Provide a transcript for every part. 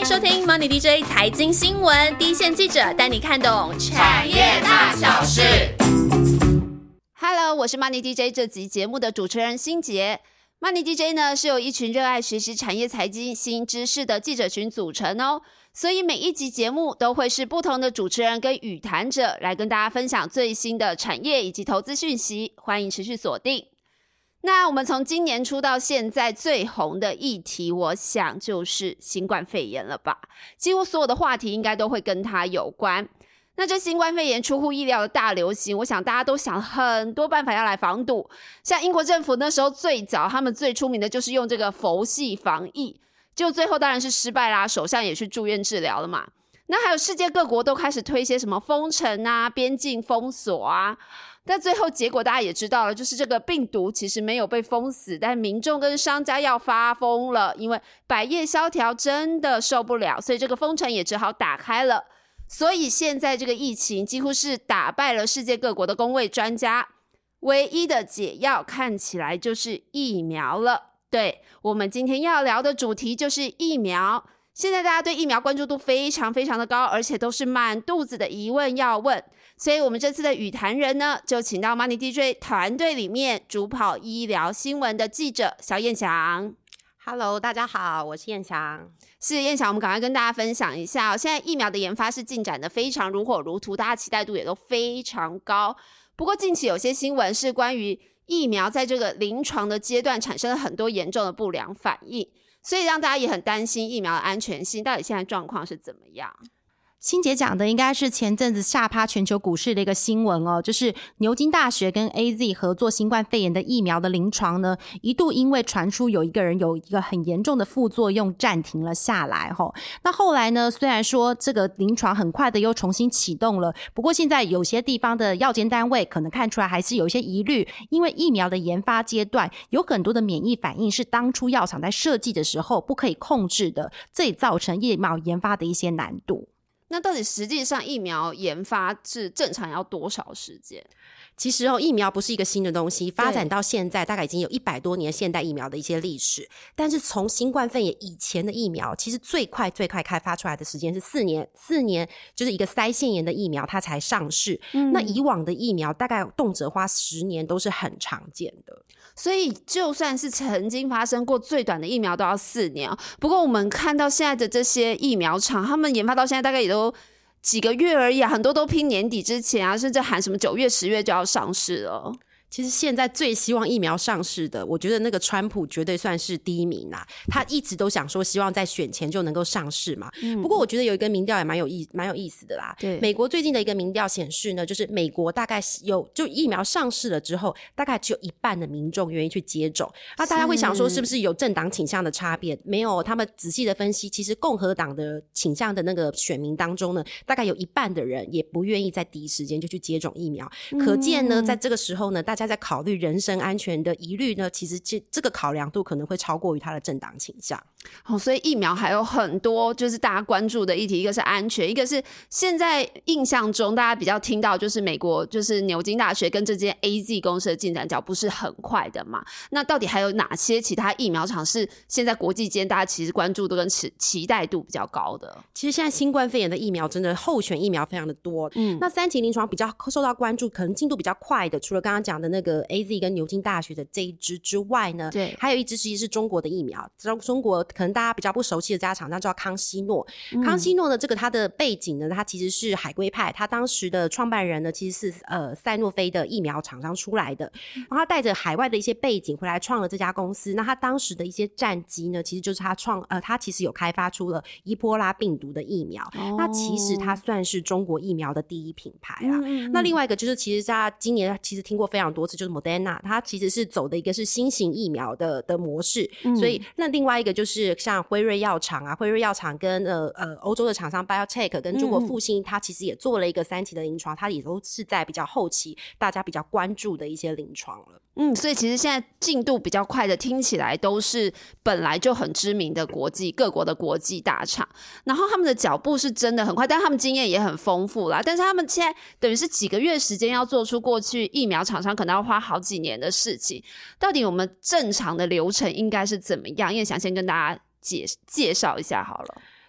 收听 Money DJ 财经新闻，第一线记者带你看懂产业大小事。Hello， 我是 Money DJ 这集节目的主持人欣杰。Money DJ 呢是由一群热爱学习产业财经新知识的记者群组成哦，所以每一集节目都会是不同的主持人跟语谈者来跟大家分享最新的产业以及投资讯息，欢迎持续锁定。那我们从今年初到现在最红的议题，我想就是新冠肺炎了吧，几乎所有的话题应该都会跟它有关。那这新冠肺炎出乎意料的大流行，我想大家都想很多办法要来防堵。像英国政府那时候最早，他们最出名的就是用这个佛系防疫，就最后当然是失败啦，首相也去住院治疗了嘛。那还有世界各国都开始推一些什么封城啊、边境封锁啊，但最后结果大家也知道了，就是这个病毒其实没有被封死，但民众跟商家要发疯了，因为百业萧条真的受不了，所以这个封城也只好打开了。所以现在这个疫情几乎是打败了世界各国的公卫专家，唯一的解药看起来就是疫苗了。对，我们今天要聊的主题就是疫苗。现在大家对疫苗关注度非常非常的高，而且都是满肚子的疑问要问，所以我们这次的语谈人呢，就请到 Money DJ 团队里面主跑医疗新闻的记者小燕翔。 Hello， 大家好，我是燕翔。 是燕翔，我们赶快跟大家分享一下现在疫苗的研发是进展的非常如火如荼，大家期待度也都非常高。不过近期有些新闻是关于疫苗在这个临床的阶段产生了很多严重的不良反应，所以让大家也很担心疫苗的安全性，到底现在状况是怎么样？ 欣姐讲的应该是前阵子吓趴全球股市的一个新闻哦，就是牛津大学跟 AZ 合作新冠肺炎的疫苗的临床呢，一度因为传出有一个人有一个很严重的副作用暂停了下来吼。那后来呢，虽然说这个临床很快的又重新启动了，不过现在有些地方的药监单位可能看出来还是有一些疑虑，因为疫苗的研发阶段有很多的免疫反应是当初药厂在设计的时候不可以控制的，这也造成疫苗研发的一些难度。 那到底实际上疫苗研发是正常要多少时间？ 其实疫苗不是一个新的东西，发展到现在大概已经有100多年现代疫苗的一些历史。但是从新冠肺炎以前的疫苗，其实最快开发出来的时间是4年就是一个腮腺炎的疫苗它才上市。那以往的疫苗大概动辄花10年都是很常见的。 所以就算是曾经发生过最短的疫苗都要4年。不过我们看到现在的这些疫苗厂，他们研发到现在大概也都几个月而已啊，很多都拼年底之前啊，甚至喊什么9月10月就要上市了。 其实现在最希望疫苗上市的，我觉得那个川普绝对算是第一名啦。他一直都想说希望在选前就能够上市嘛。不过我觉得有一个民调也蛮有意思的啦。 对， 美国最近的一个民调显示呢，就是美国大概就疫苗上市了之后，大概只有1半的民众愿意去接种。那大家会想说是不是有政党倾向的差别？没有，他们仔细的分析，其实共和党的倾向的那个选民当中呢，大概有1半的人也不愿意在第一时间就去接种疫苗。可见呢，在这个时候呢，大家在考虑人身安全的疑虑呢，其实这个考量度可能会超过于他的政党倾向。 所以疫苗还有很多就是大家关注的议题，一个是安全，一个是现在印象中大家比较听到就是美国就是牛津大学跟这间 AZ 公司的进展脚步是很快的嘛。那到底还有哪些其他疫苗厂是现在国际间大家其实关注度跟期待度比较高的？ 其实现在新冠肺炎的疫苗真的候选疫苗非常的多。那3期临床比较受到关注，可能进度比较快的，除了刚刚讲的那个 AZ 跟牛津大学的这一支之外呢， 对， 还有一支其实是中国的疫苗。中国可能大家比较不熟悉的这家厂商叫康希诺。康希诺呢，这个它的背景呢，它其实是海归派，它当时的创办人呢其实是赛诺菲的疫苗厂商出来的，然后他带着海外的一些背景回来创了这家公司。那他当时的一些战绩呢，其实就是他其实有开发出了伊波拉病毒的疫苗。那其实它算是中国疫苗的第一品牌啦。那另外一个就是其实大家今年其实听过非常多次，就是 Moderna， 它其实是走的一个是新型疫苗的模式。所以那另外一个就是像辉瑞药厂啊，辉瑞药厂跟欧洲的厂商 BioNTech 跟中国复星，它其实也做了一个3期的临床，它也都是在比较后期大家比较关注的一些临床了。 所以其实现在进度比较快的，听起来都是本来就很知名的各国的国际大厂，然后他们的脚步是真的很快，但他们经验也很丰富啦。但是他们现在等于是几个月时间要做出过去疫苗厂商可能要花好几年的事情，到底我们正常的流程应该是怎么样？燕翔先跟大家介绍一下好了。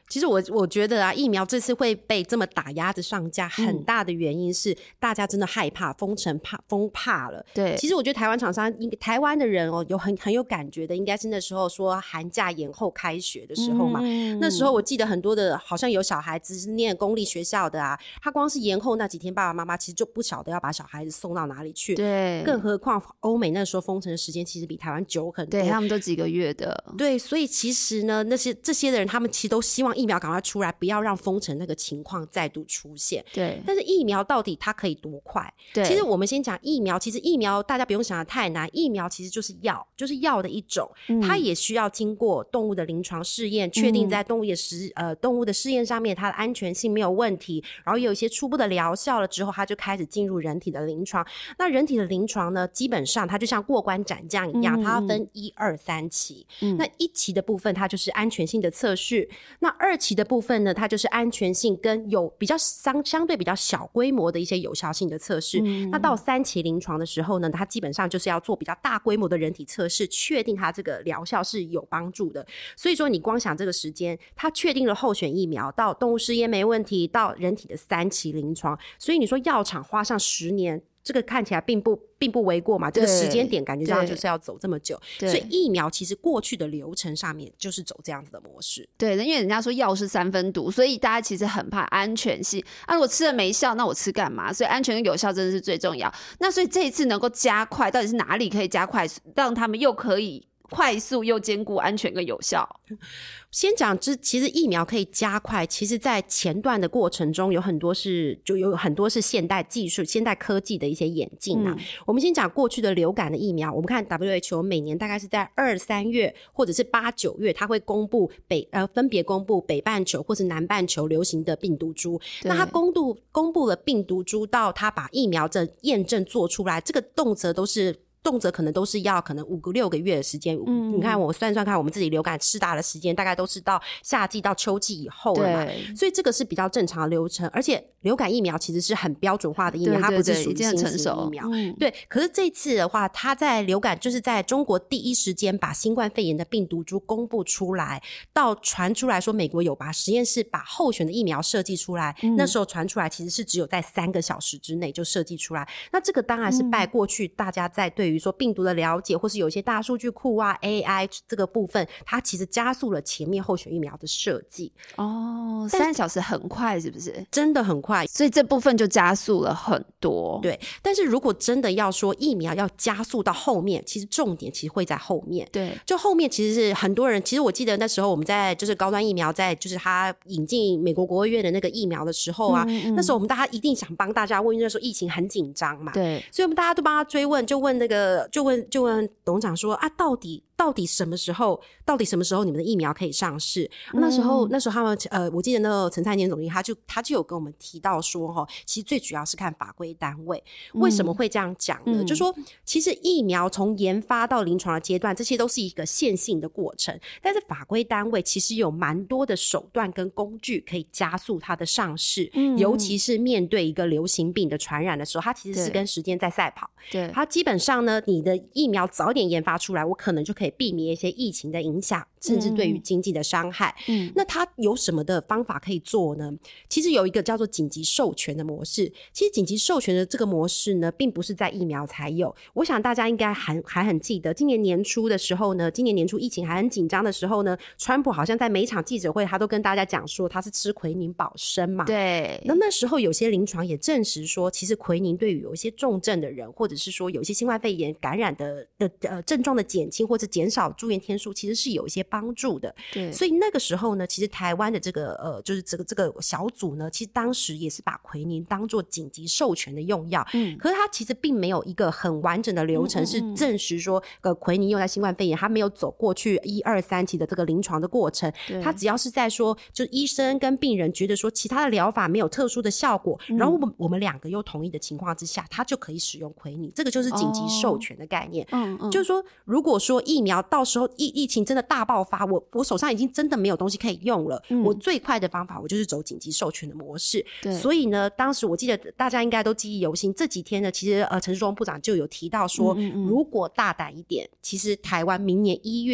其实我觉得啊，疫苗这次会被这么打压着上架，很大的原因是大家真的害怕封城封怕了。 对， 其实我觉得台湾厂商，台湾的人哦，有很有感觉的，应该是那时候说寒假延后开学的时候嘛。那时候我记得很多的，好像有小孩子是念公立学校的啊，他光是延后那几天，爸爸妈妈其实就不晓得要把小孩子送到哪里去。 对， 更何况欧美那时候封城的时间其实比台湾久很多， 对，他们都几个月的。 对，所以其实呢，这些的人，他们其实都希望疫苗赶快出来，不要让封城那个情况再度出现。 对， 但是疫苗到底它可以多快？ 对， 其实我们先讲疫苗，其实疫苗大家不用想得太难，疫苗其实就是药的一种，它也需要经过动物的临床试验，确定在动物的试验上面它的安全性没有问题，然后有一些初步的疗效了之后，它就开始进入人体的临床。那人体的临床呢，基本上它就像过关斩将一样，它要分1、2、3期。那1期的部分它就是安全性的测试，那2期的部分呢，它就是安全性跟有比较相对比较小规模的一些有效性的测试。那到3期临床的时候呢，它基本上就是要做比较大规模的人体测试，确定它这个疗效是有帮助的。所以说你光想这个时间，它确定了候选疫苗到动物试验没问题，到人体的3期临床，所以你说药厂花上10年，这个看起来并不为过嘛，这个时间点感觉上就是要走这么久，所以疫苗其实过去的流程上面就是走这样子的模式。 对，因为人家说药是3分毒，所以大家其实很怕安全性啊，如果吃了没效，那我吃干嘛？所以安全跟有效真的是最重要。那所以这一次能够加快，到底是哪里可以加快，让他们又可以快速又兼顾安全跟有效？ 先讲其实疫苗可以加快，其实在前段的过程中有很多是现代技术现代科技的一些演进啊。我们先讲过去的流感的疫苗，我们看 WHO 每年大概是在2、3月或者是8、9月，它会公布分别公布北半球或是南半球流行的病毒株。那它公布了病毒株到它把疫苗的验证做出来，这个动辄可能都是要可能5个6个月的时间。你看我算看，我们自己流感施打的时间大概都是到夏季到秋季以后了嘛，所以这个是比较正常的流程。而且流感疫苗其实是很标准化的疫苗，它不是属于新型疫苗。对，可是这次的话，它在流感就是在中国第一时间把新冠肺炎的病毒株公布出来，到传出来说美国有把实验室把候选的疫苗设计出来，那时候传出来其实是只有在3个小时之内就设计出来。那这个当然是拜过去大家在对于说病毒的了解，或是有一些大数据库啊 AI 这个部分，它其实加速了前面候选疫苗的设计。 3小时很快是不是？ 真的很快， 所以这部分就加速了很多。 对，但是如果真的要说疫苗要加速到后面，其实重点其实会在后面。 对， 就后面其实是很多人，其实我记得那时候我们在就是高端疫苗在就是他引进美国国务院的那个疫苗的时候啊，那时候我们大家一定想帮大家问，因为那时候疫情很紧张嘛， 对， 所以我们大家都帮他追问，就问董事长说啊，到底什么时候你们的疫苗可以上市？那时候他们我记得那个陈灿年总经理他就有跟我们提到说其实最主要是看法规单位。为什么会这样讲呢？就说其实疫苗从研发到临床的阶段，这些都是一个线性的过程，但是法规单位其实有蛮多的手段跟工具可以加速它的上市，尤其是面对一个流行病的传染的时候，它其实是跟时间在赛跑。 对， 它基本上呢，你的疫苗早点研发出来，我可能就可以避免一些疫情的影响，甚至对于经济的伤害。那它有什么的方法可以做呢？其实有一个叫做紧急授权的模式。其实紧急授权的这个模式呢，并不是在疫苗才有。我想大家应该还很记得，今年年初的时候呢，今年年初疫情还很紧张的时候呢，川普好像在每一场记者会，他都跟大家讲说他是吃奎宁保身嘛。 对。 那时候有些临床也证实说，其实奎宁对于有一些重症的人，或者是说有一些新冠肺炎感染的症状的减轻或者减少住院天数，其实是有一些帮助的。 对， 所以那个时候呢，其实台湾的这个就是这个小组呢，其实当时也是把奎宁当作紧急授权的用药。可是它其实并没有一个很完整的流程是证实说奎宁用在新冠肺炎，它没有走过去1、2、3期的这个临床的过程。它只要是在说，就医生跟病人觉得说其他的疗法没有特殊的效果，然后我们2个又同意的情况之下，它就可以使用奎宁。这个就是紧急授权的概念。就是说如果说疫苗到时候疫情真的大爆发，我手上已经真的没有东西可以用了，我最快的方法我就是走紧急授权的模式。所以呢，当时我记得大家应该都记忆犹新，这几天呢，其实陈时中部长就有提到说，如果大胆一点，其实台湾明年1月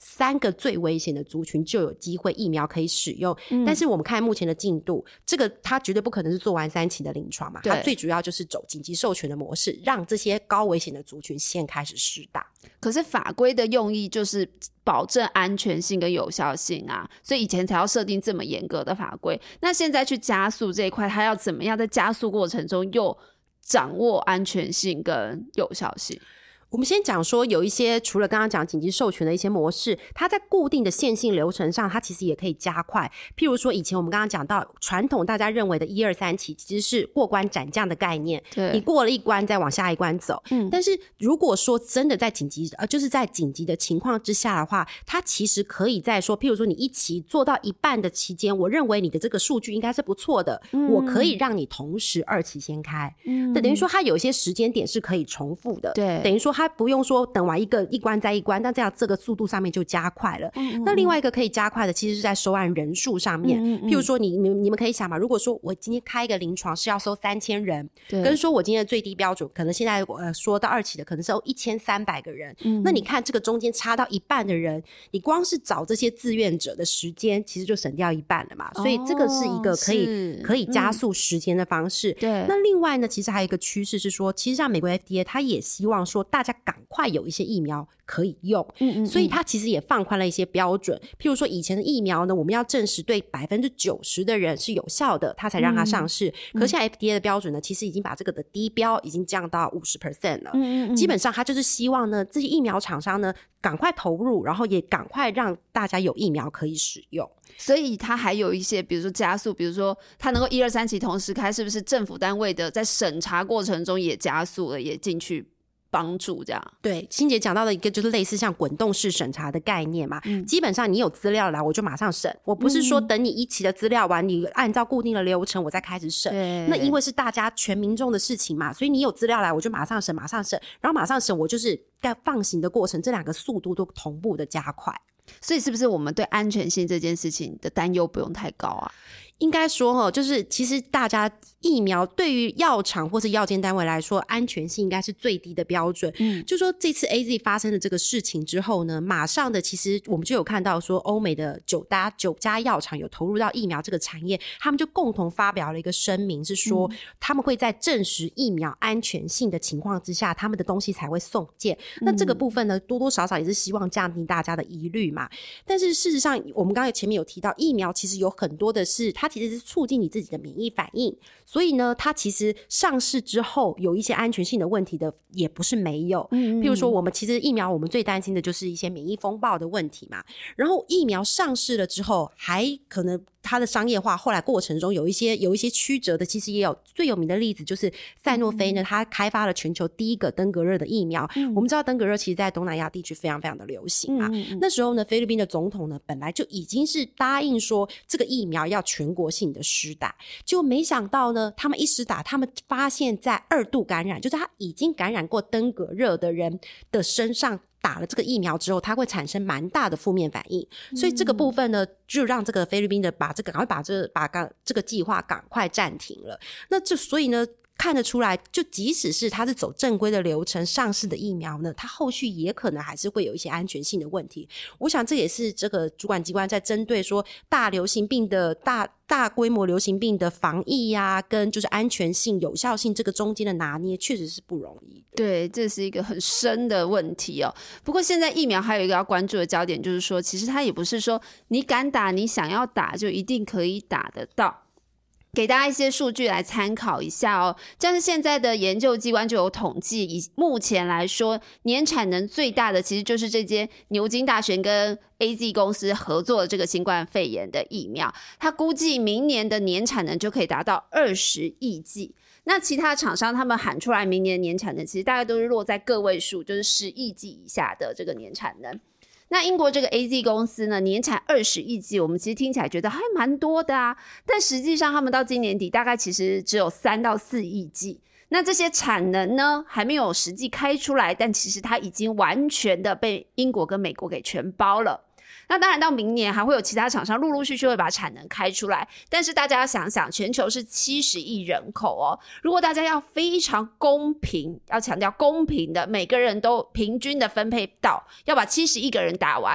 3个最危险的族群就有机会疫苗可以使用。但是我们看目前的进度，这个它绝对不可能是做完3期的临床嘛，它最主要就是走紧急授权的模式，让这些高危险的族群先开始施打。 可是法规的用意就是保证安全性跟有效性啊，所以以前才要设定这么严格的法规。那现在去加速这一块，它要怎么样在加速过程中又掌握安全性跟有效性？ 我们先讲说有一些除了刚刚讲紧急授权的一些模式，它在固定的线性流程上它其实也可以加快。譬如说以前我们刚刚讲到传统大家认为的1、2、3期其实是过关斩将的概念， 对， 你过了一关再往下一关走。但是如果说真的在就是在紧急的情况之下的话，它其实可以在说譬如说你1期做到一半的期间，我认为你的这个数据应该是不错的，我可以让你同时2期先开。等于说它有一些时间点是可以重复的， 对， 等于说它不用说等完一关再一关，但这样这个速度上面就加快了。那另外一个可以加快的其实是在收案人数上面。譬如说你们可以想嘛，如果说我今天开一个临床是要收3000人，跟说我今天的最低标准可能现在说到2期的可能是1300个人，那你看这个中间差到一半的人，你光是找这些自愿者的时间其实就省掉一半了嘛。所以这个是一个可以加速时间的方式。 对， 那另外呢，其实还有一个趋势是说，其实像美国 FDA 它也希望说大家赶快有一些疫苗可以用，所以它其实也放宽了一些标准。譬如说以前的疫苗呢，我们要证实对 90% 的人是有效的，它才让它上市。可是现在 FDA 的标准呢，其实已经把这个的低标已经降到 50% 了。基本上它就是希望呢，这些疫苗厂商呢赶快投入，然后也赶快让大家有疫苗可以使用。 所以它还有一些比如说加速，比如说它能够1、2、3期同时开，是不是政府单位的在审查过程中也加速了，也进去帮助这样？ 对，欣姐讲到的一个就是类似像滚动式审查的概念嘛。基本上你有资料来我就马上审，我不是说等你1期的资料完，你按照固定的流程我再开始审。那因为是大家全民众的事情嘛，所以你有资料来我就马上审，然后马上审，我就是在放行的过程，这2个速度都同步的加快。 所以是不是我们对安全性这件事情的担忧不用太高啊？ 应该说就是其实大家疫苗对于药厂或是药监单位来说，安全性应该是最低的标准。就说这次 AZ 发生的这个事情之后呢，马上的其实我们就有看到说欧美的9家药厂有投入到疫苗这个产业，他们就共同发表了一个声明，是说他们会在证实疫苗安全性的情况之下，他们的东西才会送件。那这个部分呢，多多少少也是希望降低大家的疑虑嘛。但是事实上我们刚才前面有提到，疫苗其实有很多的是它其实是促进你自己的免疫反应，所以呢它其实上市之后有一些安全性的问题的也不是没有。譬如说我们其实疫苗我们最担心的就是一些免疫风暴的问题嘛，然后疫苗上市了之后还可能它的商业化后来过程中有一些曲折的，其实也有最有名的例子就是赛诺菲呢，它开发了全球第一个登革热的疫苗。我们知道登革热其实在东南亚地区非常非常的流行嘛。那时候呢菲律宾的总统呢本来就已经是答应说这个疫苗要全国性的施打，结果没想到呢他们一施打，他们发现在2度感染，就是他已经感染过登革热的人的身上打了这个疫苗之后，它会产生蛮大的负面反应。所以这个部分呢就让这个菲律宾的赶快把这个计划赶快暂停了。那所以呢看得出来，就即使是它是走正规的流程上市的疫苗呢，它后续也可能还是会有一些安全性的问题。我想这也是这个主管机关在针对说大流行病的大规模流行病的防疫啊，跟就是安全性有效性这个中间的拿捏确实是不容易的。 对，这是一个很深的问题哦。不过现在疫苗还有一个要关注的焦点，就是说其实它也不是说你敢打你想要打就一定可以打得到。给大家一些数据来参考一下哦。像是现在的研究机关就有统计，以目前来说年产能最大的其实就是这间牛津大学跟 AZ 公司合作的这个新冠肺炎的疫苗，它估计明年的年产能就可以达到20亿剂。那其他厂商他们喊出来明年的年产能其实大概都是落在个位数，就是10亿剂以下的这个年产能。那英国这个 AZ 公司呢，年产20亿剂，我们其实听起来觉得还蛮多的啊，但实际上他们到今年底大概其实只有3到4亿剂。那这些产能呢还没有实际开出来，但其实它已经完全的被英国跟美国给全包了。那当然到明年还会有其他厂商陆陆续续会把产能开出来，但是大家要想想全球是70亿人口哦，如果大家要非常公平，要强调公平的每个人都平均的分配到，要把70亿个人打完，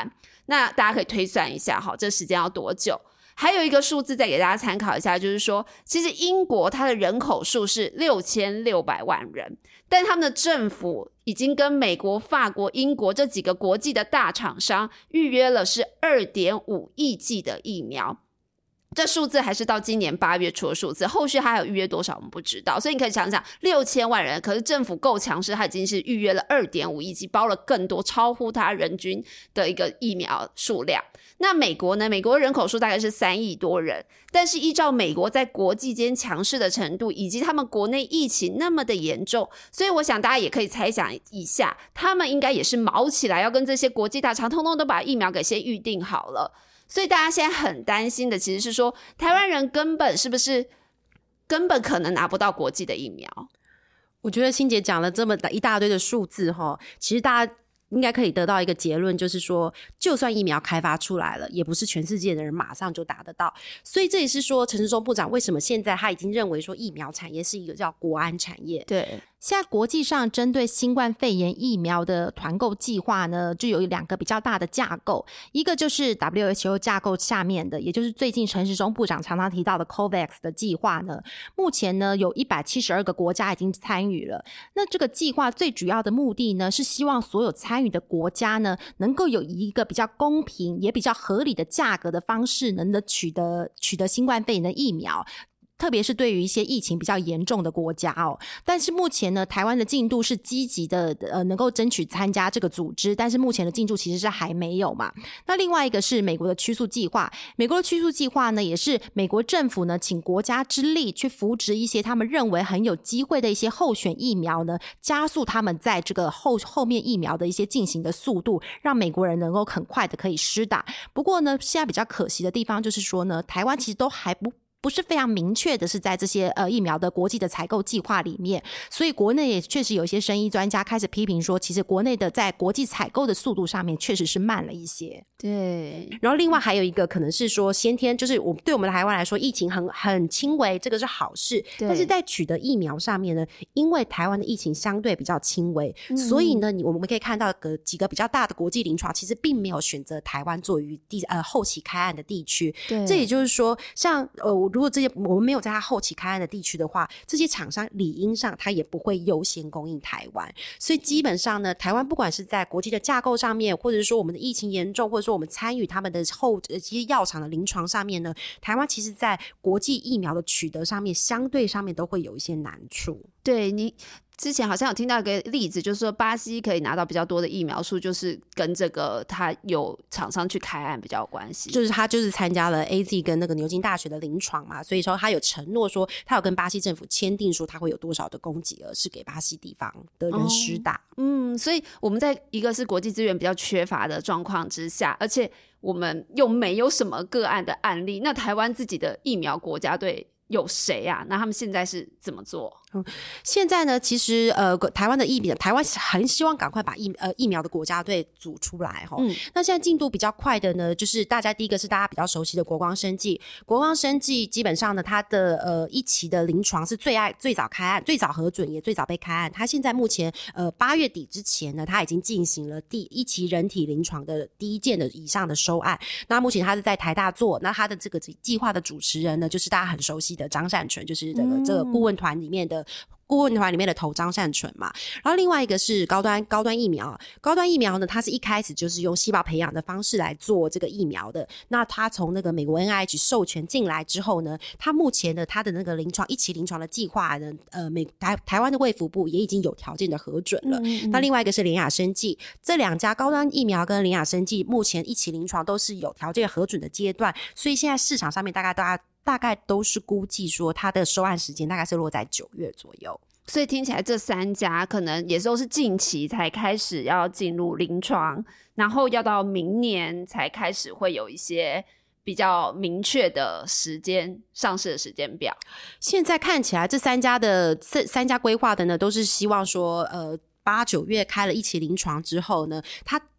那大家可以推算一下这时间要多久。还有一个数字再给大家参考一下，就是说其实英国它的人口数是6600万人，但他们的政府已经跟美国、法国、英国这几个国际的大厂商预约了是 2.5 亿剂的疫苗。这数字还是到今年8月初的数字，后续还有预约多少我们不知道，所以你可以想想6000万人，可是政府够强势，它已经是预约了 2.5 亿剂，包了更多超乎它人均的一个疫苗数量。那美国呢？美国人口数大概是3亿多人，但是依照美国在国际间强势的程度，以及他们国内疫情那么的严重，所以我想大家也可以猜想一下，他们应该也是毛起来要跟这些国际大厂通通都把疫苗给先预定好了。所以大家现在很担心的其实是说，台湾人根本可能拿不到国际的疫苗。 我觉得欣姐讲了这么一大堆的数字其实大家应该可以得到一个结论，就是说就算疫苗开发出来了，也不是全世界的人马上就打得到。所以这也是说陈时中部长为什么现在他已经认为说疫苗产业是一个叫国安产业。 对， 现在国际上针对新冠肺炎疫苗的团购计划呢，就有2个比较大的架构，一个就是 WHO 架构下面的，也就是最近陈时中部长常常提到的 COVAX 的计划呢，目前呢有172个国家已经参与了。那这个计划最主要的目的呢，是希望所有参与的国家呢，能够有一个比较公平也比较合理的价格的方式，能够取得新冠肺炎的疫苗，特别是对于一些疫情比较严重的国家但是目前呢，台湾的进度是积极的能够争取参加这个组织，但是目前的进度其实是还没有嘛。那另外一个是美国的驱速计划，美国的驱速计划呢，也是美国政府呢请国家之力去扶植一些他们认为很有机会的一些候选疫苗呢，加速他们在这个后面疫苗的一些进行的速度，让美国人能够很快的可以施打。不过呢，现在比较可惜的地方就是说呢，台湾其实都还不是非常明确的是在这些疫苗的国际的采购计划里面，所以国内也确实有一些生医专家开始批评说，其实国内的在国际采购的速度上面确实是慢了一些。 对， 然后另外还有一个可能是说先天就是对我们台湾来说疫情很轻微，这个是好事，但是在取得疫苗上面呢，因为台湾的疫情相对比较轻微，所以呢我们可以看到几个比较大的国际临床其实并没有选择台湾作为后期开案的地区。这也就是说像如果这些我们没有在它后期开案的地区的话，这些厂商理应上它也不会优先供应台湾。所以基本上呢，台湾不管是在国际的架构上面，或者是说我们的疫情严重，或者说我们参与他们的这些药厂的临床上面呢，台湾其实在国际疫苗的取得上面相对上面都会有一些难处。 对，你之前好像有听到一个例子，就是说巴西可以拿到比较多的疫苗数，就是跟这个他有厂商去开案比较有关系。 就是他就是参加了 AZ 跟那个牛津大学的临床嘛，所以说他有承诺说他有跟巴西政府签订说他会有多少的供给额是给巴西地方的人施打。 所以我们在一个是国际资源比较缺乏的状况之下，而且我们又没有什么个案的案例，那台湾自己的疫苗国家队有谁啊？那他们现在是怎么做？ 现在呢，其实台湾很希望赶快把疫苗的国家队组出来那现在进度比较快的呢，就是第一个是大家比较熟悉的国光生技。国光生技基本上呢，它的一期的临床是最早开案、最早核准也最早被开案。它现在目前8月底之前呢，它已经进行了第一期人体临床的第一件的以上的收案。那目前它是在台大做，那它的这个计划的主持人呢，就是大家很熟悉的张善纯，就是这个顾问团里面的头张善纯嘛。然后另外一个是高端疫苗。高端疫苗呢，它是一开始就是用细胞培养的方式来做这个疫苗的。那它从那个美国 NIH 授权进来之后呢，它目前的它的那个一期临床的计划呢，台湾的卫福部也已经有条件的核准了。那另外一个是联亚生技，这2家高端疫苗跟联亚生技目前一期临床都是有条件核准的阶段，所以现在市场上面大概都是估计说它的收案时间大概是落在9月左右。 所以听起来这3家可能也都是近期才开始要进入临床，然后要到明年才开始会有一些比较明确的上市的时间表。 现在看起来这3家规划的呢，都是希望说8、9月开了一期临床之后呢，它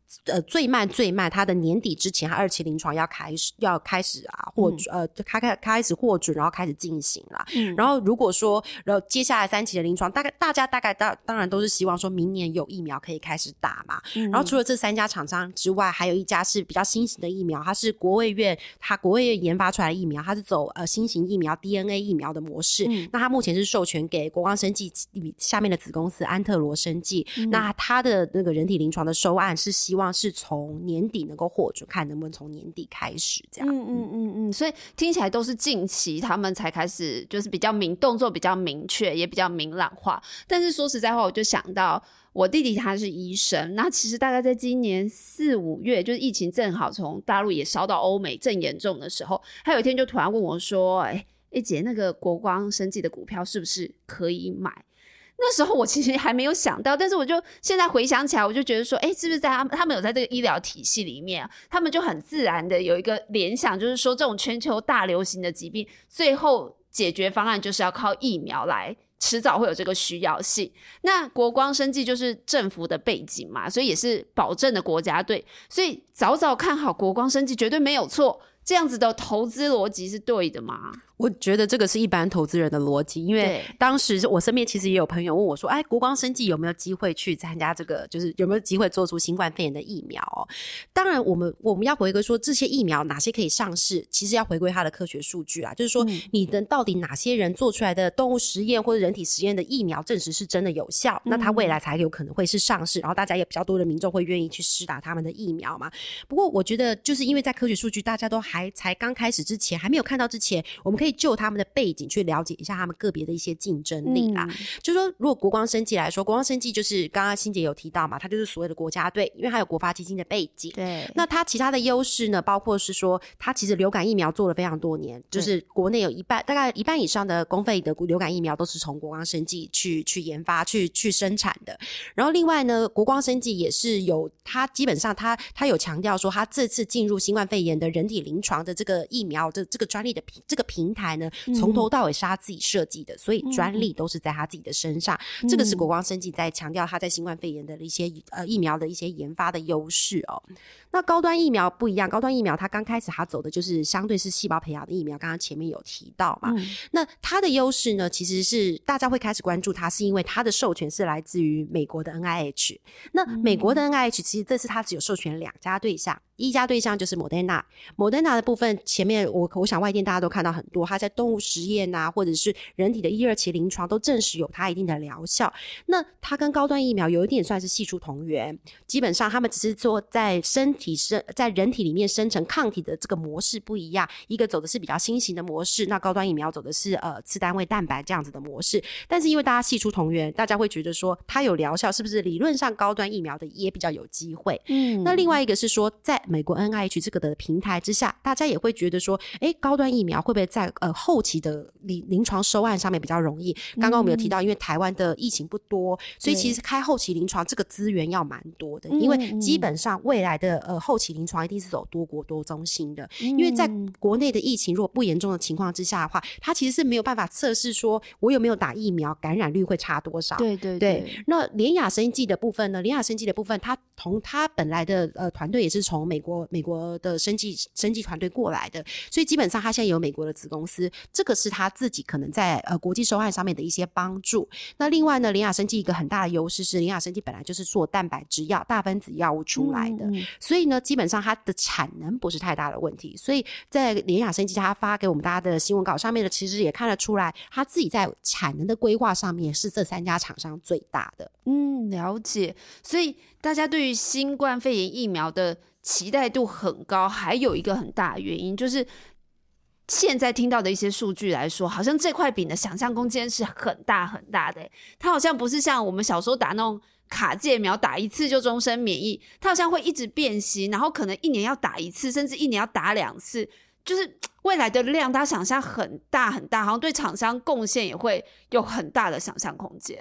最慢它的年底之前，它2期临床要开始啊，开始获准，然后开始进行啦。然后如果说接下来3期的临床，大家当然都是希望说明年有疫苗可以开始打嘛。然后除了这3家厂商之外，还有一家是比较新型的疫苗，它是国卫院研发出来的疫苗，它是走新型疫苗 DNA 疫苗的模式。那它目前是授权给国光生技下面的子公司安特罗生技。那它的那个人体临床的收案是希望是从年底能够获准，看能不能从年底开始这样。 所以听起来都是近期他们才开始，就是比较动作比较明确，也比较明朗化。但是说实在话，我就想到我弟弟他是医生，那其实大概在今年4、5月，就是疫情正好从大陆也烧到欧美正严重的时候，他有一天就突然问我说：“姐，那个国光生技的股票是不是可以买？”那时候我其实还没有想到，但是我就现在回想起来，我就觉得说，是不是在他们有在这个医疗体系里面，他们就很自然的有一个联想，就是说这种全球大流行的疾病，最后解决方案就是要靠疫苗来，迟早会有这个需要性。那国光生技就是政府的背景嘛，所以也是保证的国家队，所以早早看好国光生技绝对没有错。这样子的投资逻辑是对的吗？ 我觉得这个是一般投资人的逻辑，因为当时我身边其实也有朋友问我说，国光生技有没有机会去参加这个，就是有没有机会做出新冠肺炎的疫苗当然我们要回归说这些疫苗哪些可以上市，其实要回归它的科学数据啦，就是说你的到底哪些人做出来的动物实验或者人体实验的疫苗证实是真的有效，那它未来才有可能会是上市，然后大家也比较多的民众会愿意去施打他们的疫苗嘛。不过我觉得就是因为在科学数据大家都才刚开始之前，还没有看到之前，我们可以就他们的背景去了解一下他们个别的一些竞争力啦。就是说如果国光生技来说，国光生技就是刚刚欣姐有提到嘛，它就是所谓的国家队，因为它有国发基金的背景。 对， 那它其他的优势呢，包括是说它其实流感疫苗做了非常多年，就是国内有大概一半以上的公费的流感疫苗都是从国光生技去研发去生产的。然后另外呢，国光生技也是有它基本上它有强调说，它这次进入新冠肺炎的人体临床的这个疫苗的这个专利的这个平台呢，从头到尾是他自己设计的，所以专利都是在他自己的身上。这个是国光生技在强调他在新冠肺炎的一些疫苗的一些研发的优势那高端疫苗不一样，高端疫苗它刚开始它走的就是相对是细胞培养的疫苗，刚刚前面有提到嘛。那它的优势呢，其实是大家会开始关注它，是因为它的授权是来自于美国的 NIH。那美国的 NIH 其实这次它只有授权2家对象，一家对象就是 Moderna 的部分，前面我想外电大家都看到很多，它在动物实验啊，或者是人体的1、2期临床都证实有它一定的疗效。那它跟高端疫苗有一点算是系出同源，基本上他们只是做在人体里面生成抗体的这个模式不一样，一个走的是比较新型的模式，那高端疫苗走的是次单位蛋白这样子的模式。但是因为大家系出同源，大家会觉得说它有疗效，是不是理论上高端疫苗的也比较有机会？那另外一个是说在美国 NIH 这个的平台之下，大家也会觉得说高端疫苗会不会在后期的临床收案上面比较容易。刚刚我们有提到因为台湾的疫情不多，所以其实开后期临床这个资源要蛮多的，因为基本上未来的后期临床一定是走多国多中心的，因为在国内的疫情如果不严重的情况之下的话，它其实是没有办法测试说我有没有打疫苗感染率会差多少。对。那联亚生技的部分呢，它本来的团队也是从美国的生技团队过来的，所以基本上它现在有美国的子公司，这个是它自己可能在国际收案上面的一些帮助。那另外呢，联亚生技一个很大的优势是联亚生技本来就是做蛋白质药大分子药物出来的，所以呢基本上它的产能不是太大的问题，所以在联亚生技它发给我们大家的新闻稿上面的其实也看得出来，它自己在产能的规划上面是这3家厂商最大的。 了解。所以大家对于新冠肺炎疫苗的期待度很高，还有一个很大的原因就是现在听到的一些数据来说，好像这块饼的想象空间是很大很大的，它好像不是像我们小时候打那种卡介苗打一次就终身免疫，它好像会一直变形，然后可能1年要打1次，甚至1年要打2次，就是未来的量它想象很大很大，好像对厂商贡献也会有很大的想象空间。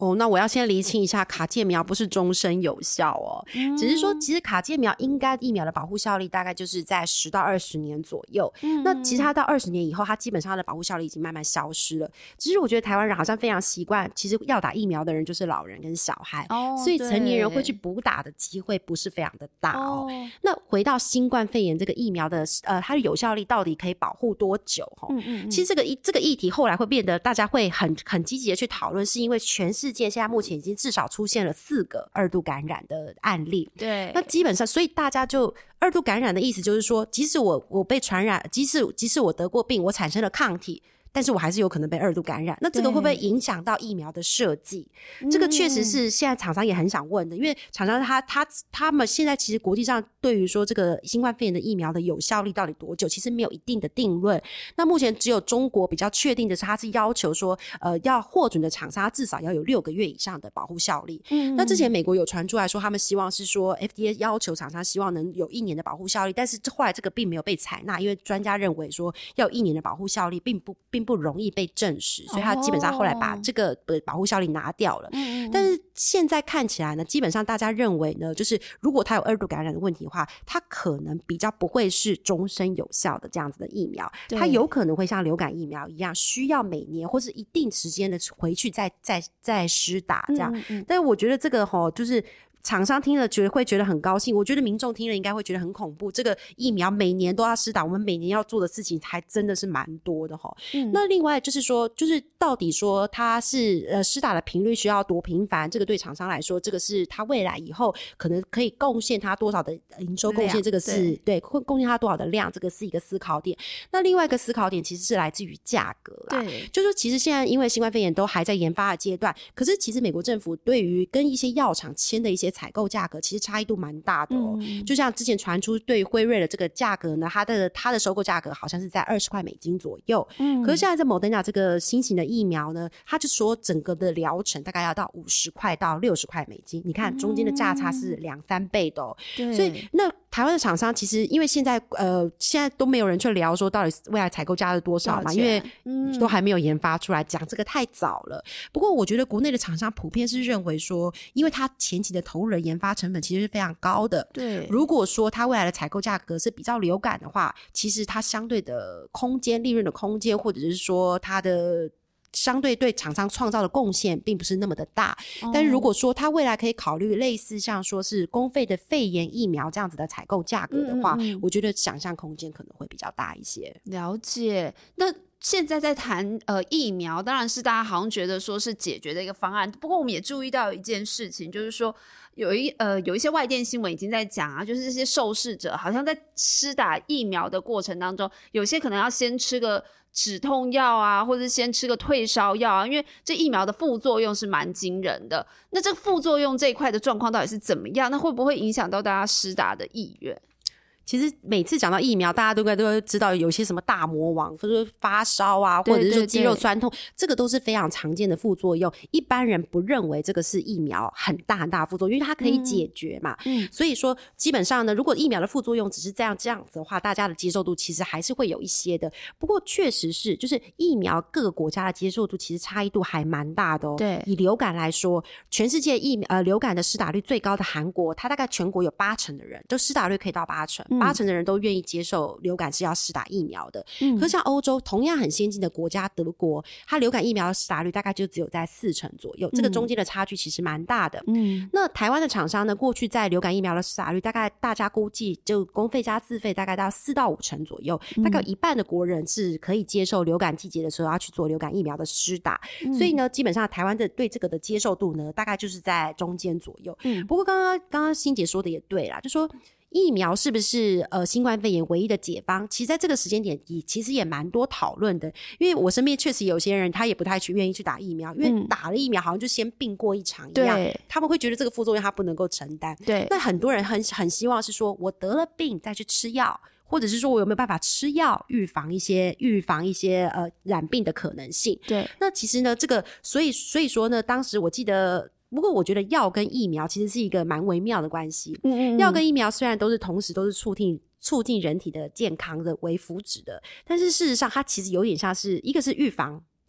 那我要先厘清一下，卡介苗不是终身有效哦，只是说其实卡介苗应该疫苗的保护效力大概就是在10到20年左右，那其实它到20年以后，它基本上它的保护效力已经慢慢消失了。只是我觉得台湾人好像非常习惯，其实要打疫苗的人就是老人跟小孩，所以成年人会去补打的机会不是非常的大哦。那回到新冠肺炎这个疫苗的它的有效力到底可以保护多久？其实这个议题后来会变得大家会很积极的去讨论，是因为全世界现在目前已经至少出现了4个2度感染的案例。 对， 那基本上所以大家就2度感染的意思就是说，即使我被传染，即使我得过病，我产生了抗体，但是我还是有可能被2度感染。那这个会不会影响到疫苗的设计？这个确实是现在厂商也很想问的，因为厂商他们现在其实国际上对于说这个新冠肺炎的疫苗的有效力到底多久，其实没有一定的定论。那目前只有中国比较确定的是，他是要求说要获准的厂商至少要有6个月以上的保护效力。那之前美国有传出来说，他们希望是说 FDA 要求厂商希望能有1年的保护效力，但是后来这个并没有被采纳，因为专家认为说要有1年的保护效力并不容易被证实，所以他基本上后来把这个保护效力拿掉了。但是现在看起来呢，基本上大家认为呢，就是如果他有2度感染的问题的话，他可能比较不会是终身有效的这样子的疫苗，他有可能会像流感疫苗一样，需要每年或是一定时间的回去再施打这样。但是我觉得这个就是厂商听了会觉得很高兴，我觉得民众听了应该会觉得很恐怖。这个疫苗每年都要施打，我们每年要做的事情还真的是蛮多的那另外就是说，就是到底说它是施打的频率需要多频繁，这个对厂商来说，这个是它未来以后可能可以贡献它多少的营收贡献，这个是对贡献它多少的量，这个是一个思考点。那另外一个思考点其实是来自于价格啦，对，就是说其实现在因为新冠肺炎都还在研发的阶段，可是其实美国政府对于跟一些药厂签的一些采购价格其实差异度蛮大的就像之前传出对于辉瑞的这个价格呢，它的收购价格好像是在$20左右，可是现在在 Moderna 这个新型的疫苗呢，它就说整个的疗程大概要到$50到$60，你看中间的价差是2-3倍的所以那台湾的厂商其实因为现在都没有人去聊说到底未来采购价是多少嘛，因为都还没有研发出来，讲这个太早了。不过我觉得国内的厂商普遍是认为说，因为它前期的投入的研发成本其实是非常高的，对，如果说它未来的采购价格是比较流感的话，其实它相对的空间利润的空间，或者是说它的相对对厂商创造的贡献并不是那么的大但是如果说它未来可以考虑类似像说是公费的肺炎疫苗这样子的采购价格的话我觉得想象空间可能会比较大一些。 了解。那现在在谈疫苗，当然是大家好像觉得说是解决的一个方案，不过我们也注意到一件事情，就是说有一些外电新闻已经在讲啊，就是这些受试者好像在施打疫苗的过程当中，有些可能要先吃个止痛药啊，或者先吃个退烧药啊，因为这疫苗的副作用是蛮惊人的。那这个副作用这一块的状况到底是怎么样？那会不会影响到大家施打的意愿？ 其实每次讲到疫苗，大家都会知道有些什么大魔王，或者说发烧啊，或者是说肌肉酸痛，这个都是非常常见的副作用。一般人不认为这个是疫苗很大很大的副作用，因为它可以解决嘛。所以说基本上呢，如果疫苗的副作用只是这样子的话，大家的接受度其实还是会有一些的。不过确实是，就是疫苗各个国家的接受度其实差异度还蛮大的对，以流感来说，全世界流感的施打率最高的韩国，它大概全国有80%的人，就施打率可以到80%的人都愿意接受流感是要施打疫苗的可是像欧洲同样很先进的国家德国，它流感疫苗的施打率大概就只有在40%左右这个中间的差距其实蛮大的那台湾的厂商呢，过去在流感疫苗的施打率大概大家估计就公费加自费大概到4到5%左右大概有一半的国人是可以接受流感季节的时候要去做流感疫苗的施打所以呢基本上台湾的对这个的接受度呢大概就是在中间左右不过刚刚欣姐说的也对啦，就说疫苗是不是新冠肺炎唯一的解方？其实在这个时间点其实也蛮多讨论的，因为我身边确实有些人他也不太愿意去打疫苗，因为打了疫苗好像就先病过一场一样，他们会觉得这个副作用他不能够承担。对，那很多人很希望是说我得了病再去吃药，或者是说我有没有办法吃药预防一些染病的可能性。对，那其实呢这个所以说呢，当时我记得。不过我觉得药跟疫苗其实是一个蛮微妙的关系药跟疫苗虽然同时都是促进人体的健康的为福祉的，但是事实上它其实有点像是一个是预防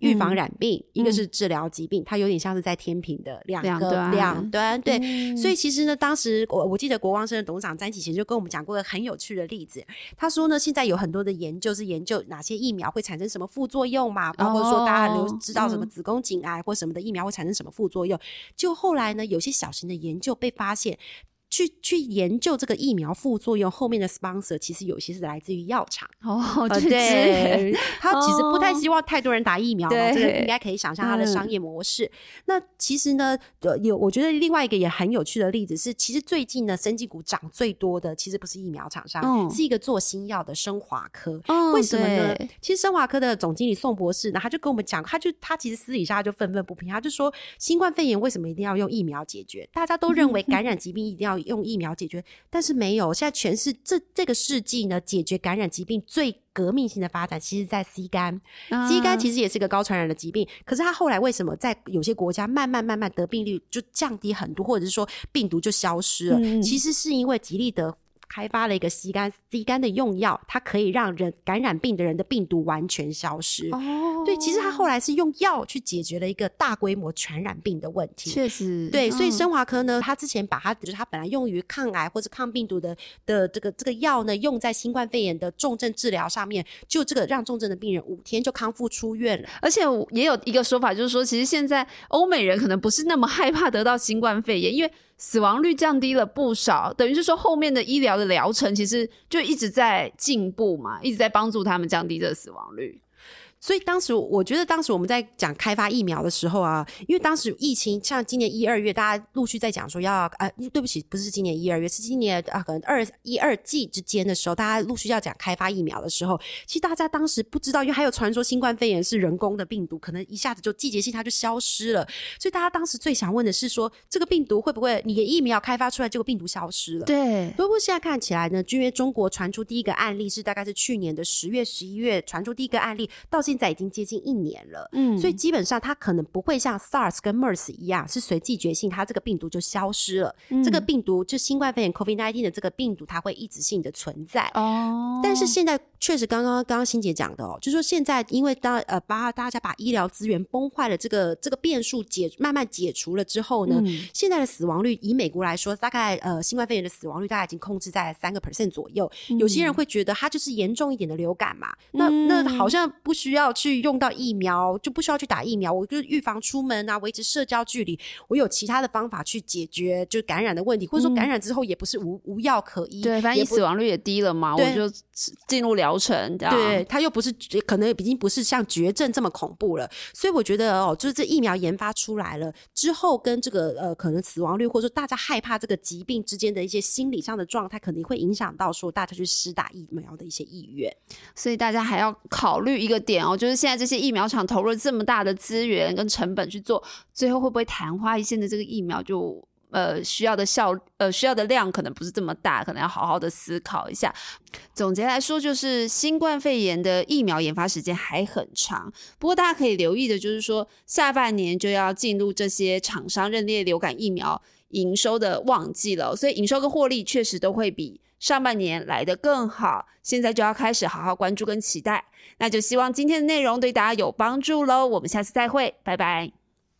预防染病，一个是治疗疾病，它有点像是在天平的两端，对。所以其实呢，当时我记得国光生的董事长詹启贤就跟我们讲过一个很有趣的例子，他说呢，现在有很多的研究是研究哪些疫苗会产生什么副作用嘛，包括说大家都知道什么子宫颈癌或什么的疫苗会产生什么副作用，就后来呢，有些小型的研究被发现去研究这个疫苗副作用后面的 sponsor 其实有些是来自于药厂对，他其实不太希望太多人打疫苗嘛，这个应该可以想象他的商业模式。那其实呢我觉得另外一个也很有趣的例子是，其实最近呢生技股涨最多的其实不是疫苗厂商，是一个做新药的生华科。为什么呢？其实生华科的总经理宋博士呢，他就跟我们讲，他其实私底下就愤愤不平，他就说新冠肺炎为什么一定要用疫苗解决？大家都认为感染疾病一定要用疫苗解决，但是没有，现在全是这个世纪呢，解决感染疾病最革命性的发展其实在 C 肝，C 肝其实也是个高传染的疾病，可是它后来为什么在有些国家慢慢得病率就降低很多，或者是说病毒就消失了，其实是因为吉利德开发了一个 C 肝的用药，它可以让感染病的人的病毒完全消失。对，其实它后来是用药去解决了一个大规模传染病的问题。 确实， 对，所以生华科呢，它之前把它就是它本来用于抗癌或者抗病毒的这个药呢，用在新冠肺炎的重症治疗上面，就这个让重症的病人5天就康复出院了。 而且也有一个说法，就是说，其实现在欧美人可能不是那么害怕得到新冠肺炎，因为死亡率降低了不少，等于是说后面的医疗的疗程其实就一直在进步嘛，一直在帮助他们降低这个死亡率。 所以我觉得当时我们在讲开发疫苗的时候啊，因为当时疫情像今年1、2月大家陆续在讲说对不起，不是今年1、2月，是今年可能1、2季之间的时候，大家陆续要讲开发疫苗的时候，其实大家当时不知道，因为还有传说新冠肺炎是人工的病毒，可能一下子就季节性它就消失了，所以大家当时最想问的是说，这个病毒会不会你的疫苗开发出来，这个病毒消失了？ 对。 不过现在看起来呢，因为中国传出第一个案例是大概是去年的10月、11月传出第一个案例，到现在已经接近1年了，所以基本上它可能不会像 SARS 跟 MERS 一样是随季节性它这个病毒就消失了，这个病毒就新冠肺炎 COVID-19 的这个病毒它会一直性的存在。但是现在确实刚刚欣姐讲的就是说现在因为大家把医疗资源崩坏了，这个变数慢慢解除了之后呢，现在的死亡率以美国来说，大概新冠肺炎的死亡率大概已经控制在3% 左右，有些人会觉得它就是严重一点的流感嘛，那好像不需要去用到疫苗，就不需要去打疫苗，我就是预防出门啊，维持社交距离，我有其他的方法去解决就感染的问题，或者说感染之后也不是无药可医， 对，反正死亡率也低了嘛，我就进入疗程， 对，它又不是可能已经不是像绝症这么恐怖了，所以我觉得就是这疫苗研发出来了之后，跟这个可能死亡率或者说大家害怕这个疾病之间的一些心理上的状态，可能会影响到说大家去施打疫苗的一些意愿。 所以大家还要考虑一个点就是现在这些疫苗厂投入这么大的资源跟成本去做，最后会不会昙花一现的这个疫苗就需要的量可能不是这么大，可能要好好的思考一下。总结来说，就是新冠肺炎的疫苗研发时间还很长，不过大家可以留意的就是说，下半年就要进入这些厂商认列流感疫苗营收的旺季了，所以营收跟获利确实都会比上半年来得更好，现在就要开始好好关注跟期待。那就希望今天的内容对大家有帮助咯，我们下次再会，拜拜。